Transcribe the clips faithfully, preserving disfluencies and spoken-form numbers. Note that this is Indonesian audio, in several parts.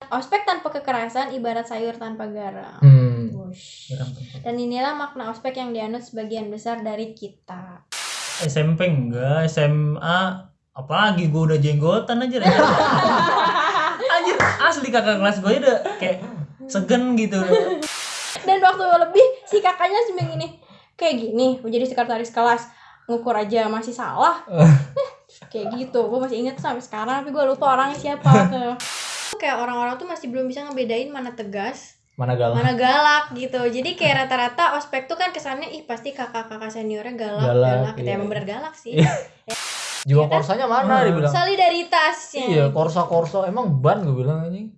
ospek tanpa kekerasan ibarat sayur tanpa garam. Hmm. Wush. Dan inilah makna ospek yang dianut sebagian besar dari kita. S M P enggak, S M A apalagi gue udah jenggotan aja. Anjir, asli kakak kelas gue udah kayak segen gitu. Dan waktu lebih si kakaknya cuma gini, kayak gini, menjadi sekretaris kelas ngukur aja masih salah. Kayak gitu, gue masih inget sampai sekarang, tapi gue lupa orangnya siapa. Kayak orang-orang tuh masih belum bisa ngebedain mana tegas, Mana galak. mana galak gitu. Jadi kayak rata-rata ospek tuh kan kesannya ih pasti kakak-kakak seniornya galak, Galak, galak. Gitu iya. emang bener galak sih. Jiwa Iya kan? korsanya mana Hmm. dibilang? Solidaritasnya. Iya, korsa-korsa emang ban gue bilang anjing.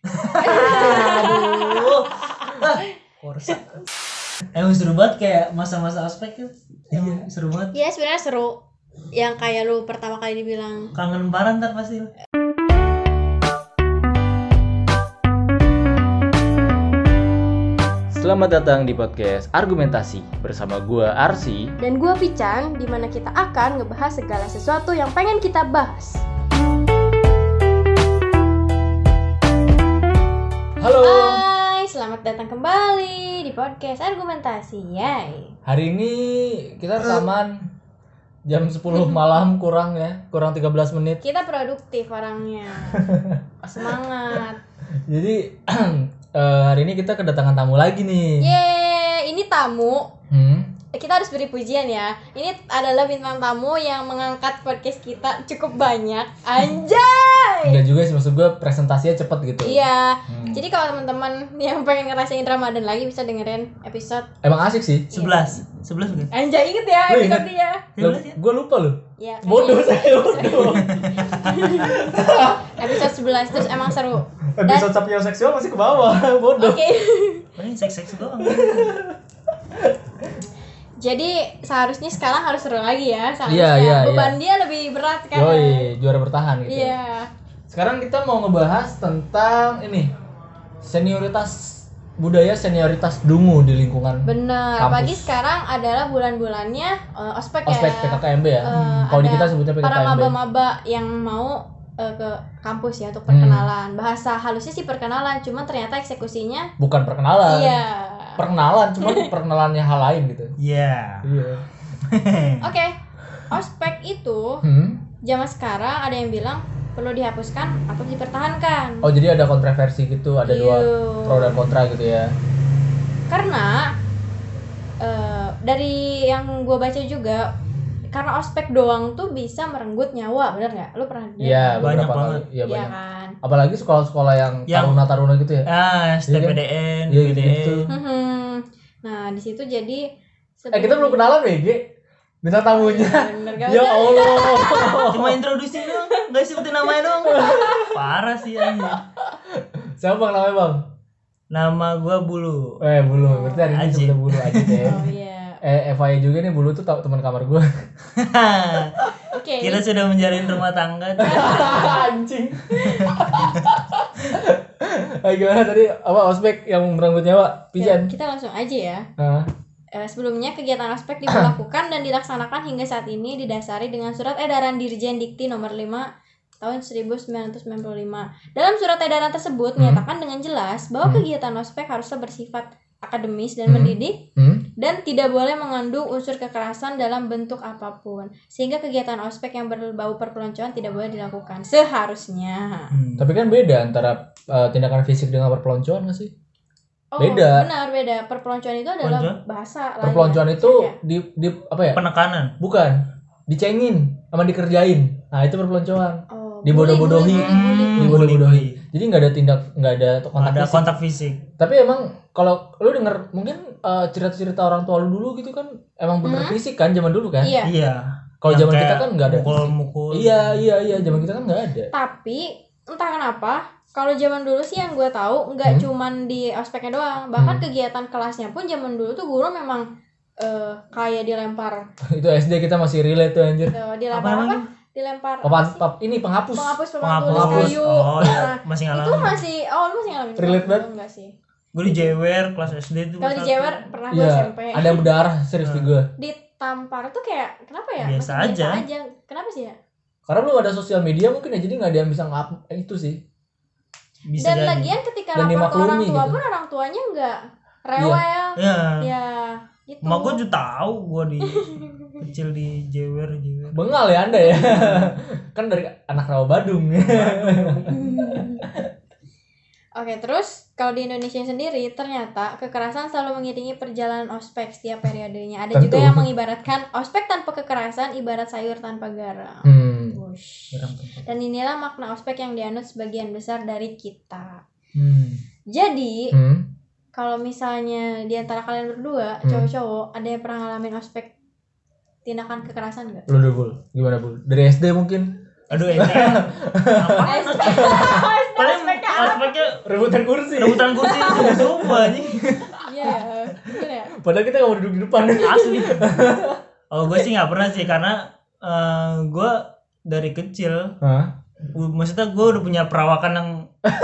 Aduh. Korsa. Emang seru banget kayak masa-masa ospek tuh. Emang seru banget. Iya sebenarnya seru. Yang kayak lu pertama kali dibilang Kangen parah ntar pasti. Selamat datang di podcast Argumentasi bersama gua Arsi. dan gua Pican, di mana kita akan ngebahas segala sesuatu yang pengen kita bahas. Halo. Hai, selamat datang kembali di podcast Argumentasi. Yay. Hari ini kita rekaman jam sepuluh malam kurang ya, kurang tiga belas menit. Kita produktif orangnya. Semangat. Jadi eh, hari ini kita kedatangan tamu lagi nih. Yeay, ini tamu. Hmm. Kita harus beri pujian ya. Ini adalah bintang tamu yang mengangkat podcast kita cukup banyak. Anjay. Enggak juga sih, maksud gue presentasinya cepet gitu. Iya. Hmm. Jadi kalau teman-teman yang pengen ngerasain Ramadan lagi bisa dengerin episode. Emang asik sih. sebelas sebelas bukan? Anjay, inget ya Lu episode inget? dia. sebelas ya? Gue lupa loh. Ya, Bodoh kayaknya- saya bodoh. Episode sebelas terus emang seru. Episode sapioseksual masih ke bawah. Bodoh. Oke. Paling seks-seks doang. Jadi seharusnya sekarang harus seru lagi ya. Seharusnya Iya, iya, beban dia lebih berat kan. Yoi, juara bertahan gitu. Iya. Sekarang kita mau ngebahas tentang ini senioritas budaya senioritas dungu di lingkungan Bener. Kampus. Apalagi sekarang adalah bulan-bulannya uh, ospek, ospek ya. P K K M B ya. Eh, Kalau di ada kita sebutnya P K K para M B. maba-maba yang mau uh, ke kampus ya untuk Hmm. perkenalan. Bahasa halusnya sih perkenalan, cuman ternyata eksekusinya Bukan perkenalan. iya. Perkenalan, cuma perkenalannya hal lain gitu. Iya. Iya. Oke. Ospek itu Hmm. zaman sekarang ada yang bilang perlu dihapuskan atau dipertahankan. Oh, jadi ada kontroversi gitu, ada dua Iya. pro dan kontra gitu ya. Karena eh, dari yang gue baca juga, karena ospek doang tuh bisa merenggut nyawa, bener nggak? Lu pernah dengar? Iya, Banyak beberapa kali. banget. Iya, Iya banyak. kan. Apalagi sekolah-sekolah yang, Yang- taruna-taruna gitu ya. Ah, S T P D N, Iya, B D gitu. N. Mhm. Nah di situ jadi. Eh, kita belum kenalan B G. Bintang tamunya. Bener gak? Ya Allah. Cuma introduksi doang, enggak sebutin namanya doang. Parah sih anjir. Siapa bang namanya bang? Nama gua Bulu. Eh bulu, berarti hari ini Aji. sebutnya bulu aja deh. Oh iya. Eh Eva juga nih, bulu tuh tau- teman kamar gue. Oke. Kita sudah menjalin rumah tangga. Anjing. Eh, gimana tadi apa ospek yang merenggut nyawa? Pijan. Kita langsung aja ya. Nah, Eh, sebelumnya kegiatan ospek dilakukan dan dilaksanakan hingga saat ini didasari dengan surat edaran Dirjen Dikti nomor lima tahun seribu sembilan ratus sembilan puluh lima. Dalam surat edaran tersebut Hmm. menyatakan dengan jelas bahwa Hmm. kegiatan ospek haruslah bersifat akademis dan Hmm. mendidik hmm? dan tidak boleh mengandung unsur kekerasan dalam bentuk apapun. Sehingga kegiatan ospek yang berbau perpeloncoan tidak boleh dilakukan seharusnya. Hmm. Tapi kan beda antara uh, tindakan fisik dengan perpeloncoan nggak sih? Oh, Beda. benar beda. Perpeloncoan itu adalah Peloncoan? bahasa lain. Perpeloncoan itu Ya? di di apa ya? Penekanan. Bukan. Dicengin sama dikerjain. Nah, itu perpeloncoan. Oh, Dibodoh-bodohi. bully, bully, bully, bully. Dibodoh-bodohi. Jadi nggak ada tindak, nggak ada kontak Ada fisik. kontak fisik. Tapi emang kalau lu denger mungkin uh, cerita-cerita orang tua lu dulu gitu kan emang bener Hmm? fisik kan zaman dulu kan? Iya. Iya. Kalau Yang zaman kita kayak kan nggak ada fisik. mukul-mukul. Iya iya iya zaman kita kan nggak ada. Tapi entah kenapa kalau zaman dulu sih yang gue tahu nggak Hmm? cuman di ospeknya doang, bahkan Hmm. kegiatan kelasnya pun zaman dulu tuh guru memang eh, kayak dilempar, Itu S D kita masih relate tuh anjir. eh, dilempar Apa apa? namanya? Dilempar apa Papan sih? pap ini penghapus. penghapus papan Penghapus. tulis kayu. Oh iya, Nah, masih itu ngalamin. masih oh lu masih ngalamin? Relate banget. Enggak sih. Gue di jewer kelas S D tuh. Kalau di satu. Jewer pernah gue Iya. S M P. Ada yang berdarah serius di gua. Ditampar tuh kayak kenapa ya? Biasa Masih aja. aja. Kenapa sih ya? Karena belum ada sosial media mungkin ya jadi nggak ada yang bisa ngap itu sih. bisa Dan jadi. lagian ketika Dan lapor ke orang dimaklumi tua gitu. pun orang tuanya nggak rewel. Ya. Ya, gitu. Emak gue juga tahu gue di kecil di jewer jewer. Bengal ya anda ya. Kan dari anak Rawa Badung. Oke, terus kalau di Indonesia sendiri ternyata kekerasan selalu mengiringi perjalanan ospek setiap periodenya. Ada Tentu. juga yang mengibaratkan ospek tanpa kekerasan ibarat sayur tanpa garam. Hmm. Wush. Garam tempat. Dan inilah makna ospek yang dianut sebagian besar dari kita. Hmm. Jadi, Hmm. kalau misalnya di antara kalian berdua, Hmm. cowok-cowok, ada yang pernah ngalamin ospek tindakan kekerasan nggak? Lu dulu, Bul. Gimana, Bul? Dari S D mungkin? Aduh itu kan apa? Ospek. Paling Ospeknya apa? aspeknya Rebutan kursi. rebutan kursi itu coba anjing. Iya, gimana ya? Padahal kita gak mau duduk di depan. Asli. Oh gue sih nggak pernah sih karena eh, gue dari kecil, Hah? u- maksudnya gue udah punya perawakan yang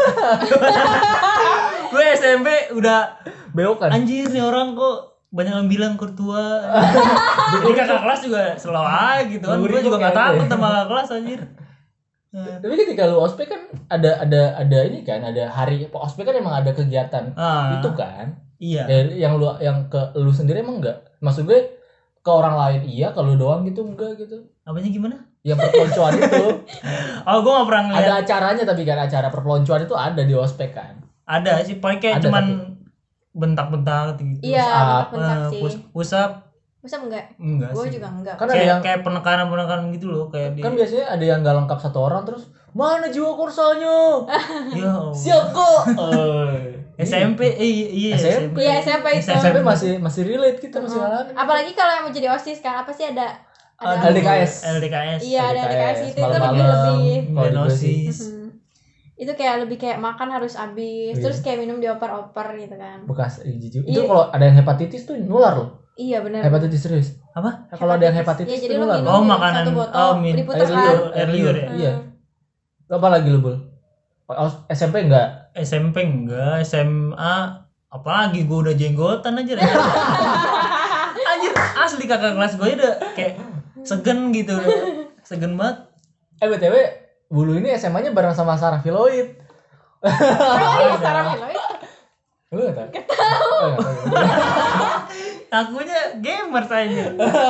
gue S M P udah Beokan. anjir nih orang kok banyak yang bilang kurtua. Jadi kakak kelas juga selalu aja gitu kan. Gue juga nggak takut sama kakak kelas anjir. Nah, Tapi ketika lu ospek kan ada ada ada ini kan, ada hari ospek kan emang ada kegiatan ah, itu kan. Iya. Ya, yang lu yang ke lu sendiri emang enggak. Maksud gue ke orang lain iya, kalau lu doang gitu enggak gitu. Apanya gimana? Yang perpeloncoan itu Oh gue nggak pernah ngeliat. ada acaranya, tapi kan acara perpeloncoan itu ada di ospek kan. Ada sih, paling kayak Ada, cuman bentak-bentak gitu. Iya, up, bentak-bentak Eh, sih. push, push up Masa enggak? enggak Gue sih. juga enggak. Kan ada Kayak yang kayak penekanan-penekanan gitu loh, kayak di kan biasanya ada yang nggak lengkap satu orang terus mana jiwa korsanya? ya Allah. Siap kok. Eh, S M P eh iya S M P. Iya, S M P itu. S M P masih masih relate kita masih Hmm. ngalamin. Apalagi kalau yang mau jadi OSIS kan, apa sih ada Aduh, L D K S. L D K S. Iya, ada L D K S itu, itu lebih malam-malam. lebih. Kalau di gue sih, Menosis. Hmm. Itu kayak lebih kayak makan harus habis, Iya. terus kayak minum dioper-oper gitu kan. bekas eh, jijik. Iya. Itu kalau ada yang hepatitis tuh nular loh. Iya benar. Hepatitis serius. Apa? Nah, kalau ada yang hepatitis Iya, tuh jadi lu nular. minum Oh, makanan. satu botol, Oh, min- diputar air kan. liur, Air liur ya? Iya. Apa lagi lu, Bul? Oh, S M P enggak? S M P enggak, S M A apalagi gue udah jenggotan aja. Anjir, anjir asli kakak kelas gue udah kayak segen gitu udah. Segen banget. Eh, B T W, Bulu ini S M A-nya bareng sama Sarah Filoid. Oh iya, Sarah Filoid. Lu enggak tahu? Oh, nggak tahu. Akunya gamer saja.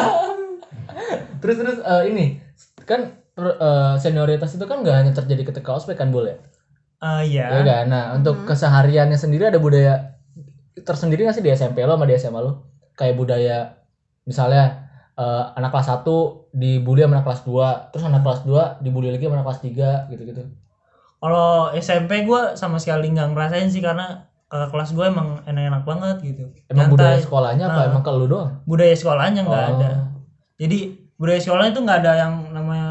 Terus terus eh, ini kan per- eh, senioritas itu kan nggak hanya terjadi ketika ospek kan, Bul ya? Ah iya. Iya kan? Nah, untuk kesehariannya sendiri ada budaya tersendiri nggak sih di S M P lo sama di S M A lo? Kayak budaya misalnya eh, anak kelas satu dibully sama anak kelas dua, terus anak kelas dua dibully lagi sama anak kelas tiga gitu-gitu. Kalau S M P gue sama sekali nggak ngerasain sih karena kakak kelas gue emang enak-enak banget gitu. Emang Nyantai. budaya sekolahnya apa Nah. emang ke lu doang? Budaya sekolahnya nggak Oh. ada. Jadi budaya sekolahnya itu nggak ada yang namanya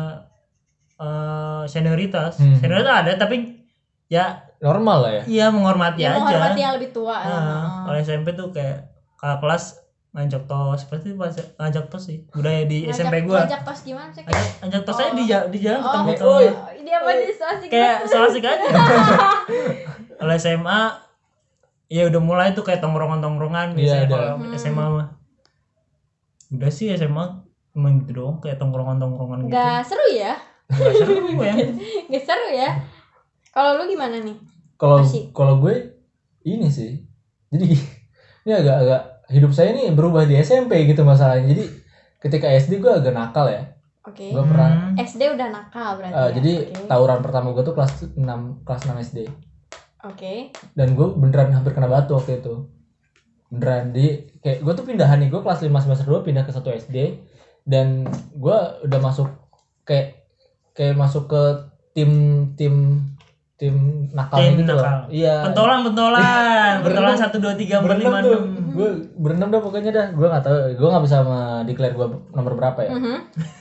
eh, senioritas. Hmm. Senioritas ada tapi ya Normal lah ya. iya menghormati Dia aja. menghormati yang lebih tua. Nah, Heeh. kalau S M P tuh kayak kakak kelas ngajak tos, pasti pas ngajak tos sih. Budaya di S M P Ngajak- gua. Ngajak tos gimana sih? Ngajak, ngajak tos aja Oh. di ja- di jalan Oh, ketemu oh, teman. iya. Dia mah di asik Kayak banget. so asik aja. Kalau S M A ya udah mulai tuh kayak tongkrongan-tongkrongan Iya, biasanya ada. kalau Hmm. S M A mah. Udah sih S M A emang gitu doang kayak tongkrongan-tongkrongan gitu. Gak seru ya? Nggak seru ya. Gak seru ya? Kalau lu gimana nih? Kalau Masih. kalau gue ini sih. Jadi ini agak-agak hidup saya ini berubah di S M P gitu masalahnya. Jadi ketika S D gue agak nakal ya. Oke. Gue pernah Hmm. S D udah nakal berarti. eh, ya? jadi Oke. tawuran pertama gue tuh kelas enam kelas enam S D. Oke. Dan gue beneran hampir kena batu waktu itu. Beneran di kayak gue tuh pindahan nih, gue kelas lima semester dua pindah ke satu S D dan gue udah masuk kayak kayak masuk ke tim tim tim nakalnya Tim gitu nakal. loh. Iya. Pentolan, pentolan, pentolan satu dua tiga empat lima Berenam tuh. enam. Gue berenam dah pokoknya dah. Gue nggak tahu. Gue nggak bisa declare gue nomor berapa ya. Mhm.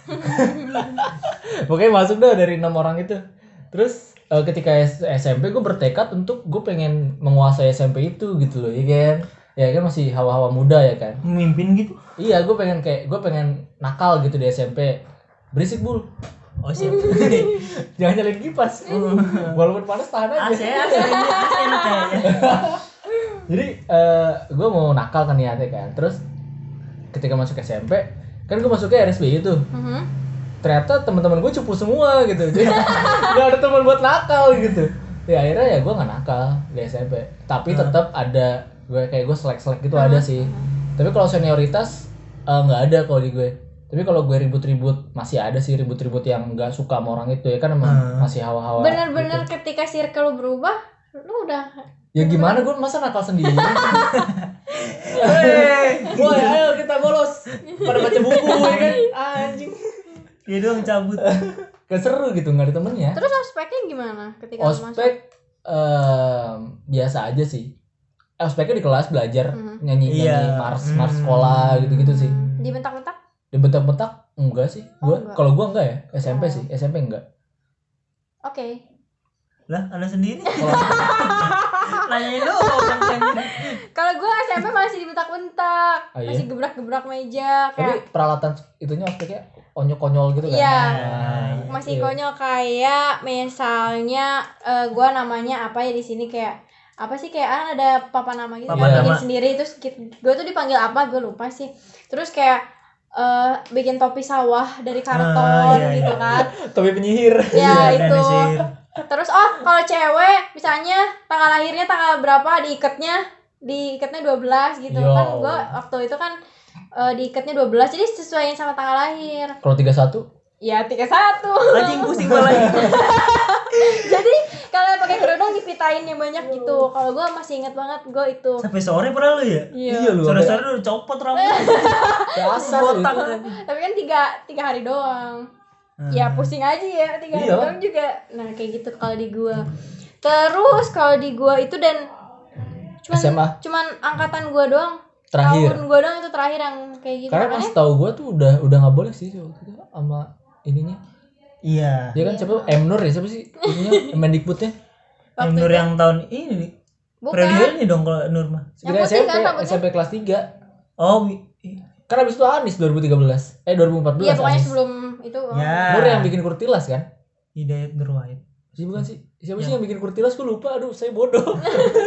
Pokoknya masuk dah dari enam orang itu. Terus eh, ketika S- SMP gue bertekad untuk gue pengen menguasai S M P itu gitu loh, ya kan? Ya kan masih hawa-hawa muda ya kan. Memimpin gitu. Iya, gue pengen kayak gue pengen nakal gitu di S M P. Berisik Bul. Oh siap. Jangan nyalain kipas. Walaupun panas tahan A C aja. A C ini A C enak kayaknya. Jadi eh, gue mau nakal kan niatnya kan. Terus ketika masuk S M P kan gue masuknya R S B I tuh. Mhm. Ternyata teman-teman gue cupu semua gitu. Jadi nggak ada teman buat nakal gitu. Ya akhirnya ya gue nggak nakal di S M P, tapi Hmm. tetap ada gue kayak gue selek-selek gitu ada sih. Tapi kalau senioritas eh, nggak ada kalau di gue. Tapi kalau gue ribut-ribut masih ada sih ribut-ribut yang nggak suka sama orang itu ya kan emang Hmm. masih hawa-hawa. Bener-bener gitu. ketika circle lu berubah, lu udah Ya gimana gue masa nakal sendiri? Weh, Woi ayo kita bolos pada baca buku ya kan anjing. dia doang cabut. Gak seru gitu nggak ada temennya. Terus ospeknya gimana ketika lu masuk? Ospek em, biasa aja sih. Eh, Ospeknya di kelas belajar Mhm. nyanyi nyanyi Iya. mars mars Hmm. sekolah gitu-gitu sih. Dibentak-bentak? Dibentak-bentak enggak sih. Oh, Gua enggak. kalau gua enggak ya. S M P Oh. sih. S M P enggak. Oke. Lah, Anda sendiri Kalau nanyain lu kan. Kalau gue S M P masih dibentak-bentak, Oh, iya? masih gebrak-gebrak meja, tapi kayak peralatan itunya ospeknya konyol-konyol gitu kan. Iya. Nah, masih iya. konyol kayak misalnya eh, gue namanya apa ya di sini kayak apa sih kayak kan ada papan nama gitu Papan kan nama. bikin sendiri terus gue tuh dipanggil apa gue lupa sih terus kayak eh, bikin topi sawah dari karton Ah, iya, gitu iya. kan Topi penyihir. ya Iya, itu Danesir. terus oh kalau cewek misalnya tanggal lahirnya tanggal berapa diikatnya diikatnya dua belas gitu Yo. kan gue waktu itu kan eh, diikatnya dua belas jadi sesuaiin sama tanggal lahir Kalau tiga puluh satu ya tiga puluh satu Anjing pusing balanya. jadi kalau pakai kerudung dipitain yang banyak gitu kalau gue masih inget banget gue itu Sampai sore pernah lu ya? Iya lu. Sore-sore lu copot rambut. Dasar Botak gitu. kan. tapi kan tiga tiga hari doang Hmm. ya pusing aja ya tiga hari Iya. doang juga nah kayak gitu kalau di gue terus kalau di gue itu dan cuman S M A cuman angkatan gue doang terakhir. tahun gue doang itu terakhir yang kayak gitu Karena makanya pas tahu gua tuh udah udah nggak boleh sih waktu itu sama ininya. Iya. Dia kan Iya. siapa? M Nur ya siapa sih? Ininya Mendikbudnya. Yang waktu Nur itu- yang tahun ini nih. bukan Periode ini dong kalau Nur mah. Sekitar Yang putih S M P, kan rambutnya? S M P kelas tiga. Oh, wi- Kan abis itu Anis dua ribu tiga belas. Eh dua ribu empat belas. iya pokoknya Anis. sebelum itu oh. ya. Nur yang bikin kurtilas kan? Hidayat Nur Wahid. Sih bukan sih? Siapa Ya. sih yang bikin kurtilas? Gue lupa. Aduh, saya bodoh.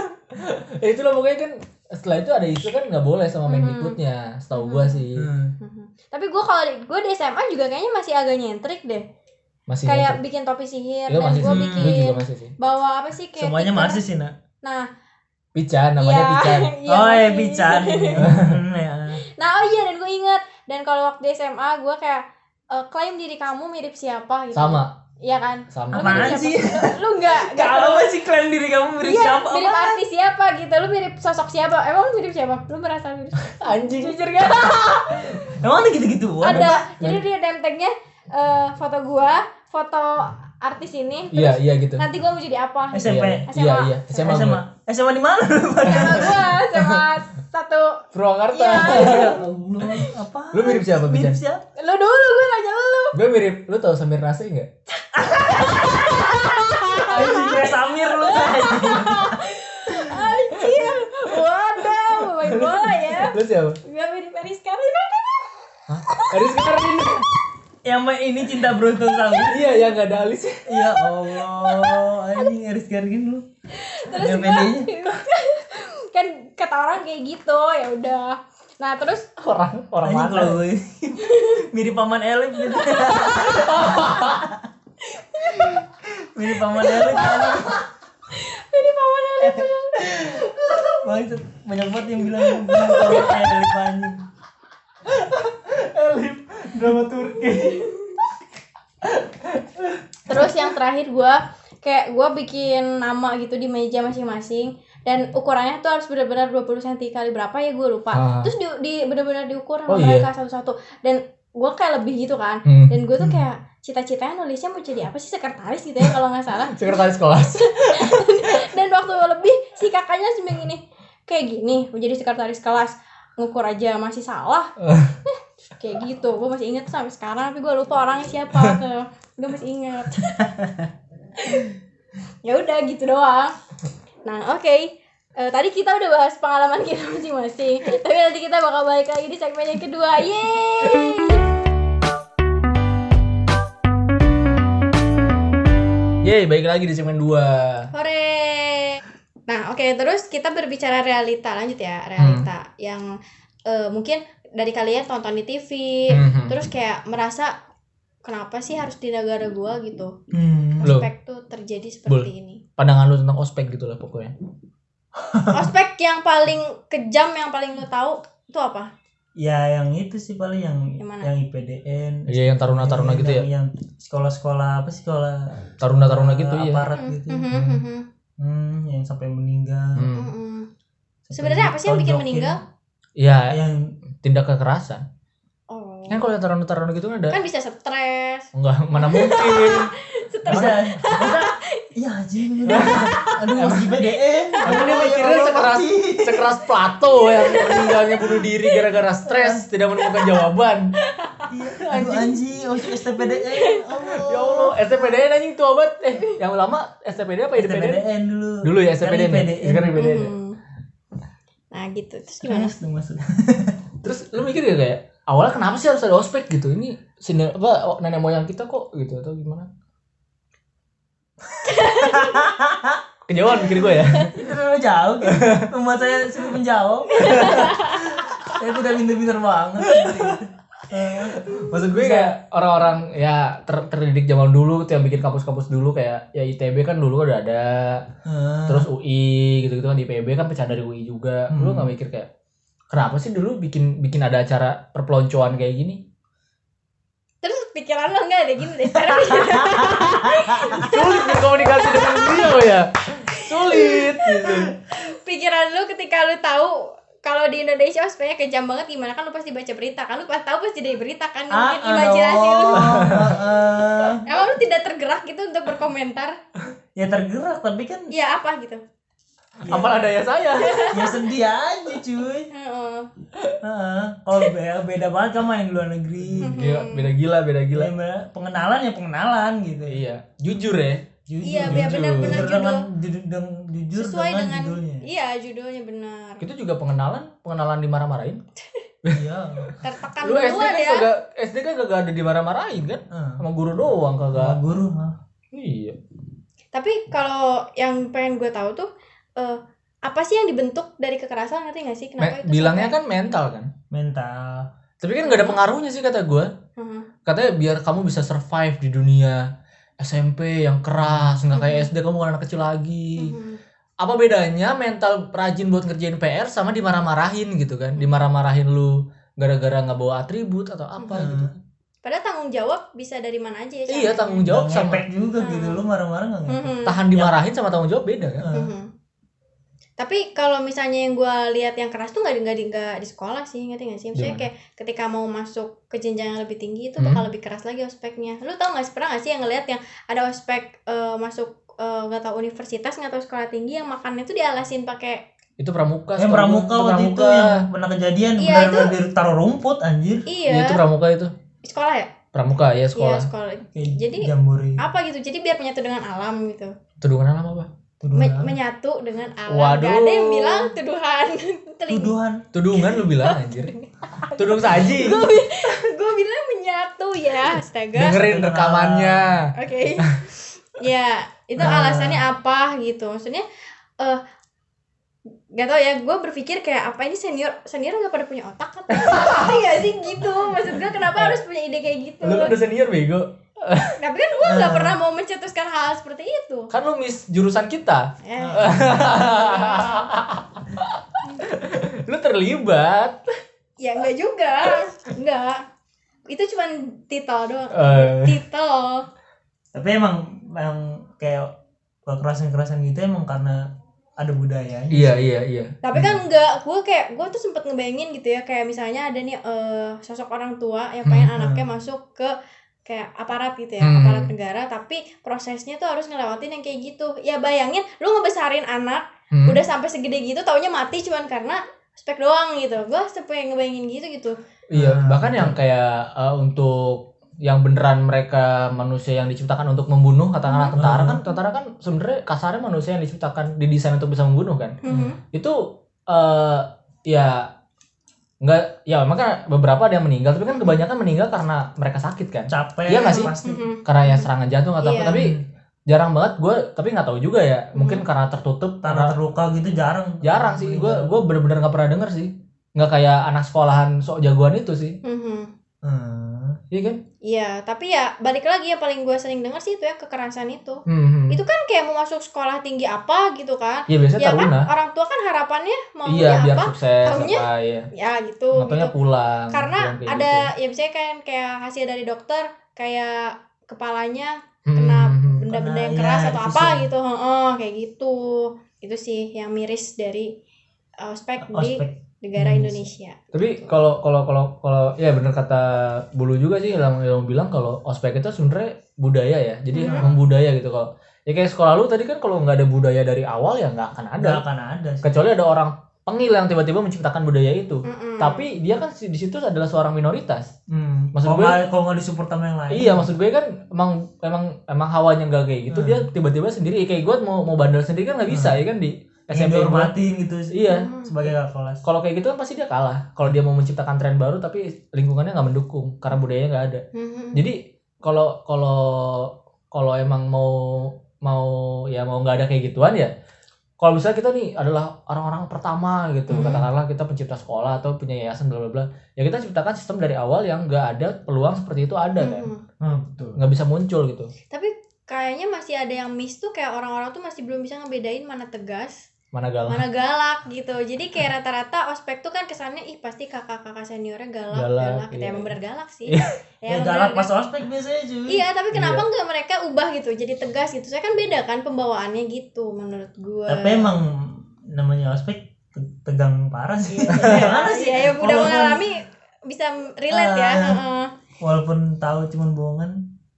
Ya itulah pokoknya kan setelah itu ada isu kan nggak boleh sama Mendikbudnya. Setahu gua sih. Hmm. Mhm. Tapi gue kalau di- gue di S M A juga kayaknya masih agak nyentrik deh. Masih Kayak nyentrik. bikin topi sihir Itu dan masih gue sih. bikin Gue juga masih sih. bawa apa sih kayak Semuanya tikar. masih sih, Nak. Nah, Pican namanya iya, Pican. iya, Oh, ya masih. bican ini. Hmm, ya. Nah, oh iya dan gue inget dan kalau waktu S M A gue kayak eh, klaim diri kamu mirip siapa gitu. Sama. Iya kan? Sama. Lu Apaan mirip sih? siapa? Lu, lu enggak enggak Kalau apa sih klaim diri kamu mirip Iya, siapa? mirip Apaan? artis siapa gitu. Lu mirip sosok siapa? Emang lu mirip siapa? Lu merasa mirip? Anjing. Jujur gak? Emang ada gitu-gitu? Ada. Jadi dia name-tag-nya eh, foto gua, foto artis ini. Iya, iya gitu. Nanti gua mau jadi apa? S M P. Iya, S M A. Iya, iya. S M A. S M A. S M A di mana lu? S M A gua, S M A satu. Purwakarta. Iya. Allah, apa? Lu mirip siapa, Mirip Bican? siapa? Lu dulu gua nanya lu. Gue mirip, lu tau Samir Nasri enggak? Anjing kayak Samir lu kan. Anjir. Waduh, main bola ya. Lu siapa? Gua mirip Eris Karin. Hah? Aris sekarang ini. Yang main ini cinta beruntung Samir. Iya, yang enggak ada alis. Ya Allah, anjing Aris Gargin lu. Terus Yang gua pendeknya. kan kata orang kayak gitu, ya udah. Nah, terus Orang orang Anjing mana? kalau gue mirip paman Elif gitu. Mirip paman Elif. ini paman Elif. Bangsat, banyak banget yang bilang mirip paman Elif anjing. Elif drama Turki. Terus yang terakhir gue kayak gue bikin nama gitu di meja masing-masing dan ukurannya tuh harus benar-benar dua puluh sentimeter kali berapa ya gue lupa. Ah. Terus di, di benar-benar diukur sama Oh, iya? mereka satu-satu dan gue kayak lebih gitu kan. Hmm. Dan gue tuh kayak cita-citanya nulisnya mau jadi apa sih sekretaris gitu ya kalau nggak salah. Sekretaris kelas. Dan waktu lebih si kakaknya cuma gini kayak gini mau jadi sekretaris kelas ngukur aja masih salah. Eh, kayak gitu gue masih inget sampai sekarang tapi gue lupa orangnya siapa tuh gue masih inget. Ya udah gitu doang. Nah oke Eh, tadi kita udah bahas pengalaman kita masing-masing tapi nanti kita bakal balik lagi di segmen yang kedua. Yeay. Yeay, balik lagi di segmen dua. Hore. Nah, oke, terus kita berbicara realita lanjut ya, realita yang eh, mungkin dari kalian tonton di T V, Mhm. terus kayak merasa kenapa sih harus di negara gua gitu. Hmm. Loh. Aspek tuh terjadi seperti ini. pandangan lu tentang ospek gitu lah pokoknya. Ospek yang paling kejam yang paling lu tahu itu apa? Ya yang itu sih paling yang Yang mana? yang I P D N. Iya yang taruna-taruna gitu ya. yang, yang sekolah-sekolah apa sih sekolah Taruna-taruna gitu eh, ya. aparat gitu. Mhm, mhm, Hmm, yang sampai meninggal. Hmm. mhm. Sampai Sebenarnya apa sih yang bikin ditonjokin. meninggal? Iya, Yang tindak kekerasan. Oh. Kan kalau yang taruna-taruna gitu kan ada Kan bisa stres. enggak mana mungkin. bisa bisa iya anjing aduh masih I P D N. Emang dia Oh, mikirnya ya Allah, sekeras mati. sekeras Plato yang meninggalnya bunuh diri gara-gara stres, tidak menemukan jawaban. Iya, aduh anjing masuk S T P D N. Ya Allah, S T P D N anjing tua banget. Eh, yang lama S T P D apa I S D T P P D? D N dulu. Dulu ya S T P D N. Sekarang I P D N. Sekarang I P D N. Mhm. Nah gitu. Terus gimana? Terus tuh masuk. Terus lu mikir gak kayak awalnya kenapa sih harus ada ospek gitu? Ini sini apa oh, nenek moyang kita kok gitu atau gimana? Kejauhan mikir gue ya. Itu terlalu jauh. Rumah saya suruh menjawab. Saya tuh udah pinter-pinter banget. Maksud gue kayak orang-orang ya ter terdidik zaman dulu tuh yang bikin kampus-kampus dulu kayak ya I T B kan dulu udah ada. Hmm. Terus U I gitu-gitu kan di I P B kan pecah dari U I juga. Lu Hmm. gak mikir kayak kenapa sih dulu bikin bikin ada acara perpeloncoan kayak gini? Terus pikiran lo enggak ada gini deh sekarang. Sulit berkomunikasi dengan beliau ya. Sulit gitu. Pikiran lu ketika lu tahu kalau di Indonesia ospeknya kejam banget gimana kan lu pasti baca berita kan lu pasti tahu pasti dari berita kan Ah, mungkin imajinasi lu. aduh. Ah, Emang lu tidak tergerak gitu untuk berkomentar? ya tergerak tapi kan Ya apa gitu? Apalah daya saya. ya sedih aja cuy. Heeh. Heeh. Kalau beda, beda banget kan main di luar negeri. Gila, beda gila, beda gila. Gila. Pengenalan ya pengenalan gitu. Iya, jujur ya. Jujur, Iya, jujur. benar-benar Jujur dengan judul. jujur, dengan, jujur Sesuai dengan, dengan judulnya. iya judulnya benar. Itu juga pengenalan, pengenalan dimarah-marahin. Iya. Tertekan Lu S D duluan kan ya. kagak S D kan kagak ada dimarah-marahin kan? Heeh. Sama guru doang Sama kagak. guru mah. Iya. Tapi kalau yang pengen gue tahu tuh eh, apa sih yang dibentuk dari kekerasan ngerti nggak sih kenapa Me- itu? bilangnya sampai- kan mental kan. Mental. Tapi kan gak ada pengaruhnya sih kata gue. Heeh. Katanya biar kamu bisa survive di dunia S M P yang keras, nggak kayak S D kamu kan anak kecil lagi. Mhm. Apa bedanya mental rajin buat ngerjain P R sama dimarah-marahin gitu kan? Dimarah-marahin lu gara-gara nggak bawa atribut atau apa Hmm. gitu. Padahal tanggung jawab bisa dari mana aja ya? Iya, caranya. tanggung jawab Nggak sama ngepek juga gitu. Lu marah-marah enggak ngepek? Mhm. tahan dimarahin sama tanggung jawab beda kan? Heeh. Mhm. Tapi kalau misalnya yang gue lihat yang keras tuh nggak di nggak di nggak di sekolah sih ngerti nggak sih? Maksudnya Gimana? kayak ketika mau masuk ke jenjang yang lebih tinggi itu Hmm. bakal lebih keras lagi ospeknya. Lu tau nggak sih pernah nggak sih yang ngelihat yang ada ospek eh, masuk eh, nggak tahu universitas nggak tahu sekolah tinggi yang makannya tuh dialasin pakai Itu pramuka. Yang setahu pramuka gua. waktu itu yang pernah kejadian Iya, benar-benar ditaruh rumput anjir. iya Iya, itu pramuka itu. sekolah ya? Pramuka ya Iya sekolah. sekolah. Kayak Jadi jambore. apa gitu? Jadi biar menyatu dengan alam gitu. Tuduhan alam apa? Tuduhan. Me- menyatu dengan alam. Waduh. Gak ada yang bilang tuduhan. Teling- Tuduhan. Tudungan lu bilang anjir. Tudung saji. Gue bilang menyatu ya, astaga. Dengerin rekamannya. Oke. Ya, itu alasannya apa gitu. Maksudnya eh gak tau ya, gue berpikir kayak apa ini senior senior nggak pada punya otak kan? Ngerti gak sih gitu? Maksud gue kenapa harus punya ide kayak gitu? Lu kan udah senior bego. Tapi kan gue nggak pernah mau mencetuskan hal seperti itu. Kan lu miss jurusan kita. Eh, Lu terlibat. ya enggak juga, enggak. Itu cuman titel doang. Eh. Titel. Tapi emang yang kayak kekerasan-kekerasan gitu emang karena ada budayanya. Iya, iya, iya. Tapi kan enggak, gue kayak gue tuh sempet ngebayangin gitu ya, kayak misalnya ada nih eh, sosok orang tua yang pengen Hmm. anaknya masuk ke kayak aparat gitu ya, Hmm. aparat negara, tapi prosesnya tuh harus ngelewatin yang kayak gitu. Ya bayangin, lu ngebesarin anak Hmm. udah sampai segede gitu, taunya mati cuman karena spek doang gitu. Gue sampai ngebayangin gitu gitu. Iya, bahkan yang kayak eh, untuk yang beneran mereka manusia yang diciptakan untuk membunuh, katakanlah tentara kan, tentara kan sebenarnya kasarnya manusia yang diciptakan didesain untuk bisa membunuh kan. Mhm. Itu eh ya nggak, ya maka beberapa ada yang meninggal, tapi kan kebanyakan meninggal karena mereka sakit kan, Capek. Iya nggak sih? Pasti. Mhm. karena ya serangan jantung atau apa. Iya. Tapi jarang banget gue, tapi nggak tahu juga ya, mungkin karena tertutup, Tanah karena terluka gitu jarang. jarang sih. Gue gue bener-bener nggak pernah denger sih, nggak kayak anak sekolahan sok jagoan itu sih. Mhm. Hmm. Iya kan? Iya, tapi ya balik lagi yang paling gue sering dengar sih itu ya kekerasan itu. Hmm. Itu kan kayak mau masuk sekolah tinggi apa gitu kan? Iya biasanya Ya kan taruna. orang tua kan harapannya maunya Iya biar apa? sukses Taunya apa ya. ya gitu. Nggak gitu. pulang. Karena pulang kayak ada gitu. ya misalnya kan kayak hasil dari dokter kayak kepalanya Hmm. kena benda-benda yang Kena, keras ya, atau itu apa sih. gitu. Heeh, kayak gitu. Itu sih yang miris dari uh, ospek di Ospek negara Hmm. Indonesia. Tapi kalau kalau kalau kalau ya benar kata Bulu juga sih yang yang bilang kalau ospek itu sebenarnya budaya ya. Jadi Hmm. membudaya gitu kalau ya kayak sekolah lu tadi kan kalau nggak ada budaya dari awal ya nggak akan ada. nggak akan ada sih. Kecuali ada orang pengil yang tiba-tiba menciptakan budaya itu. Mm-mm. Tapi dia kan di situ adalah seorang minoritas. Hmm. Maksud Kalau gue- nggak kalau nggak disupport sama yang lain. Iya, maksud gue kan emang emang emang hawanya nggak kayak gitu. Hmm. Dia tiba-tiba sendiri kayak gue mau mau bandel sendiri kan nggak bisa ya kan di S M Yang P gua. dihormatin gitu. Iya. Hmm. Sebagai kakak kelas. Kalau kayak gitu kan pasti dia kalah. Kalau dia mau menciptakan tren baru tapi lingkungannya nggak mendukung karena budayanya nggak ada. Mhm. Jadi kalau kalau kalau emang mau mau ya mau nggak ada kayak gituan ya. Kalau misalnya kita nih adalah orang-orang pertama gitu, Hmm. katakanlah kita pencipta sekolah atau punya yayasan bla bla bla, ya kita ciptakan sistem dari awal yang nggak ada peluang seperti itu ada kan, Mhm. Hmm, betul. nggak bisa muncul gitu. Tapi kayaknya masih ada yang miss tuh kayak orang-orang tuh masih belum bisa ngebedain mana tegas, Mana galak. mana galak gitu. Jadi kayak rata-rata ospek tuh kan kesannya ih pasti kakak-kakak seniornya galak, Galak, galak. Gitu iya. emang bener galak sih. Iya. Ya, Ya emang galak bener pas ospek biasanya cuy. Iya, tapi kenapa Iya. nggak mereka ubah gitu jadi tegas gitu? Saya kan beda kan pembawaannya gitu menurut gua. Tapi emang namanya ospek te- tegang parah sih. Iya, Gimana sih? iya, yang udah Walaupun- mengalami bisa relate ya. Ah. Heeh. Walaupun tahu cuman bohongan.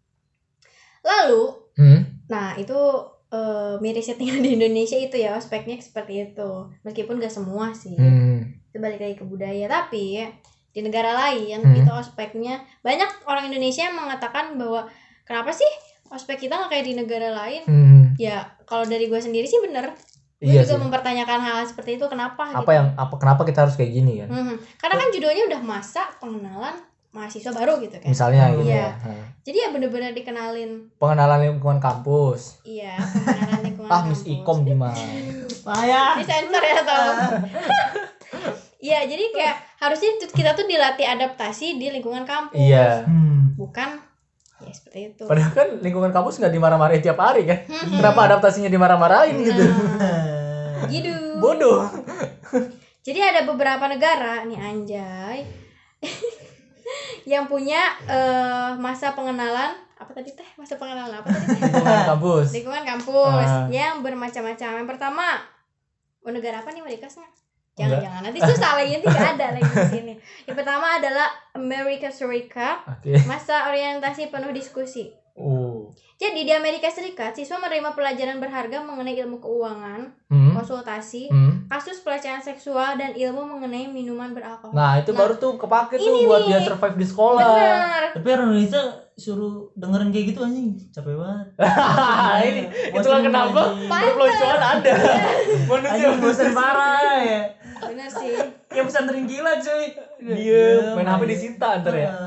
Lalu, Hmm? nah itu eh, mirisnya tinggal di Indonesia itu ya ospeknya seperti itu. Meskipun gak semua sih. Hmm. Itu balik lagi ke budaya. Tapi di negara lain Hmm. itu ospeknya banyak orang Indonesia yang mengatakan bahwa kenapa sih ospek kita nggak kayak di negara lain? Hmm. Ya kalau dari gue sendiri sih bener. Gue Iya juga sih. mempertanyakan hal seperti itu kenapa? Apa gitu. yang apa kenapa kita harus kayak gini kan? Mhm. Karena kan judulnya udah masa pengenalan mahasiswa baru gitu kan. Misalnya gitu Iya. ya. Nah. Jadi ya bener-bener dikenalin. Pengenalan lingkungan kampus. Iya, pengenalan lingkungan Ah, Miss kampus. Ikom gimana? Payah. Disensor ya tau. Iya, jadi kayak harusnya tuh- kita tuh dilatih adaptasi di lingkungan kampus. Iya. Hmm. Bukan ya seperti itu. Padahal kan lingkungan kampus nggak dimarah-marahin tiap hari kan? Hmm. Kenapa adaptasinya dimarah-marahin gitu? Nah, gitu. Bodoh. Jadi ada beberapa negara nih anjay yang punya eh, masa pengenalan apa tadi teh masa pengenalan apa tadi teh? Lingkungan kampus. Lingkungan kampus Ah. yang bermacam-macam. Yang pertama, oh, negara apa nih Amerikasnya? Enggak. Jangan-jangan nanti susah lagi nanti nggak ada lagi di sini. Yang pertama adalah Amerika Serikat, Oke. masa orientasi penuh diskusi. Uh. Jadi di Amerika Serikat, siswa menerima pelajaran berharga mengenai ilmu keuangan, Hmm. konsultasi, Hmm. kasus pelecehan seksual dan ilmu mengenai minuman beralkohol. Nah, itu Nah, baru tuh kepake tuh ini buat nih. dia survive di sekolah. Benar. Tapi orang Indonesia suruh dengerin kayak gitu anjing, capek banget. ini itulah kenapa perpeloncoan ada. Manusia Anjing bosan parah ya. Benar sih. Yang pesantren gila cuy. Dia main H P disita ntar ya.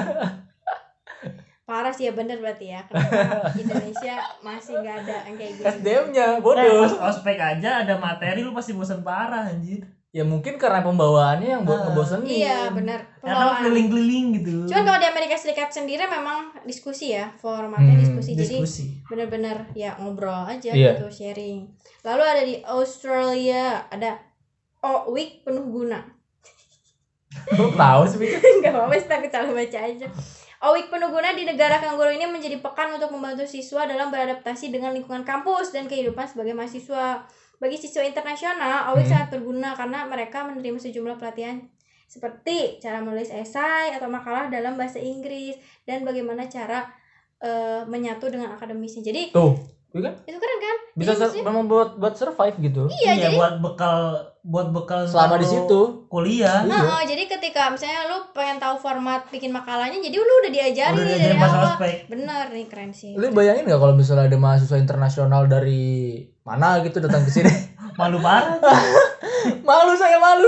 Parah sih ya bener berarti ya. Kenapa Indonesia masih nggak ada yang kayak gitu. S D M-nya Eh, bodoh. pas ospek aja ada materi lu pasti bosan parah anjir. Ya mungkin karena pembawaannya yang buat Ah. ngebosenin. Iya benar. Ya kan Pembawaan. keliling-keliling gitu. Cuman kalau di Amerika Serikat sendiri memang diskusi ya, formatnya Hmm, diskusi. Jadi diskusi. benar-benar ya ngobrol aja Iya. gitu, sharing. Lalu ada di Australia, ada O Week penuh guna. Lu tahu sih pikir. Enggak apa-apa sih, tapi salah baca aja. O Week penuh guna di negara kanguru ini menjadi pekan untuk membantu siswa dalam beradaptasi dengan lingkungan kampus dan kehidupan sebagai mahasiswa. Bagi siswa internasional, O Week Hmm. sangat berguna karena mereka menerima sejumlah pelatihan seperti cara menulis esai atau makalah dalam bahasa Inggris dan bagaimana cara eh, menyatu dengan akademisnya. Jadi Tuh, itu kan itu keren kan? bisa Jadi sur- maksudnya- memang buat buat survive gitu. Iya, jadi buat bekal buat bekal Selama di ntar lu situ. kuliah. Iya. Heeh, jadi ketika misalnya lu pengen tahu format bikin makalahnya, jadi lu udah diajarin Udah nih diajarin dari pas awal. ospek. Bener nih, keren sih. Lu bayangin nggak kalau misalnya ada mahasiswa internasional dari mana gitu datang ke sini? Malu parah. Malu saya malu.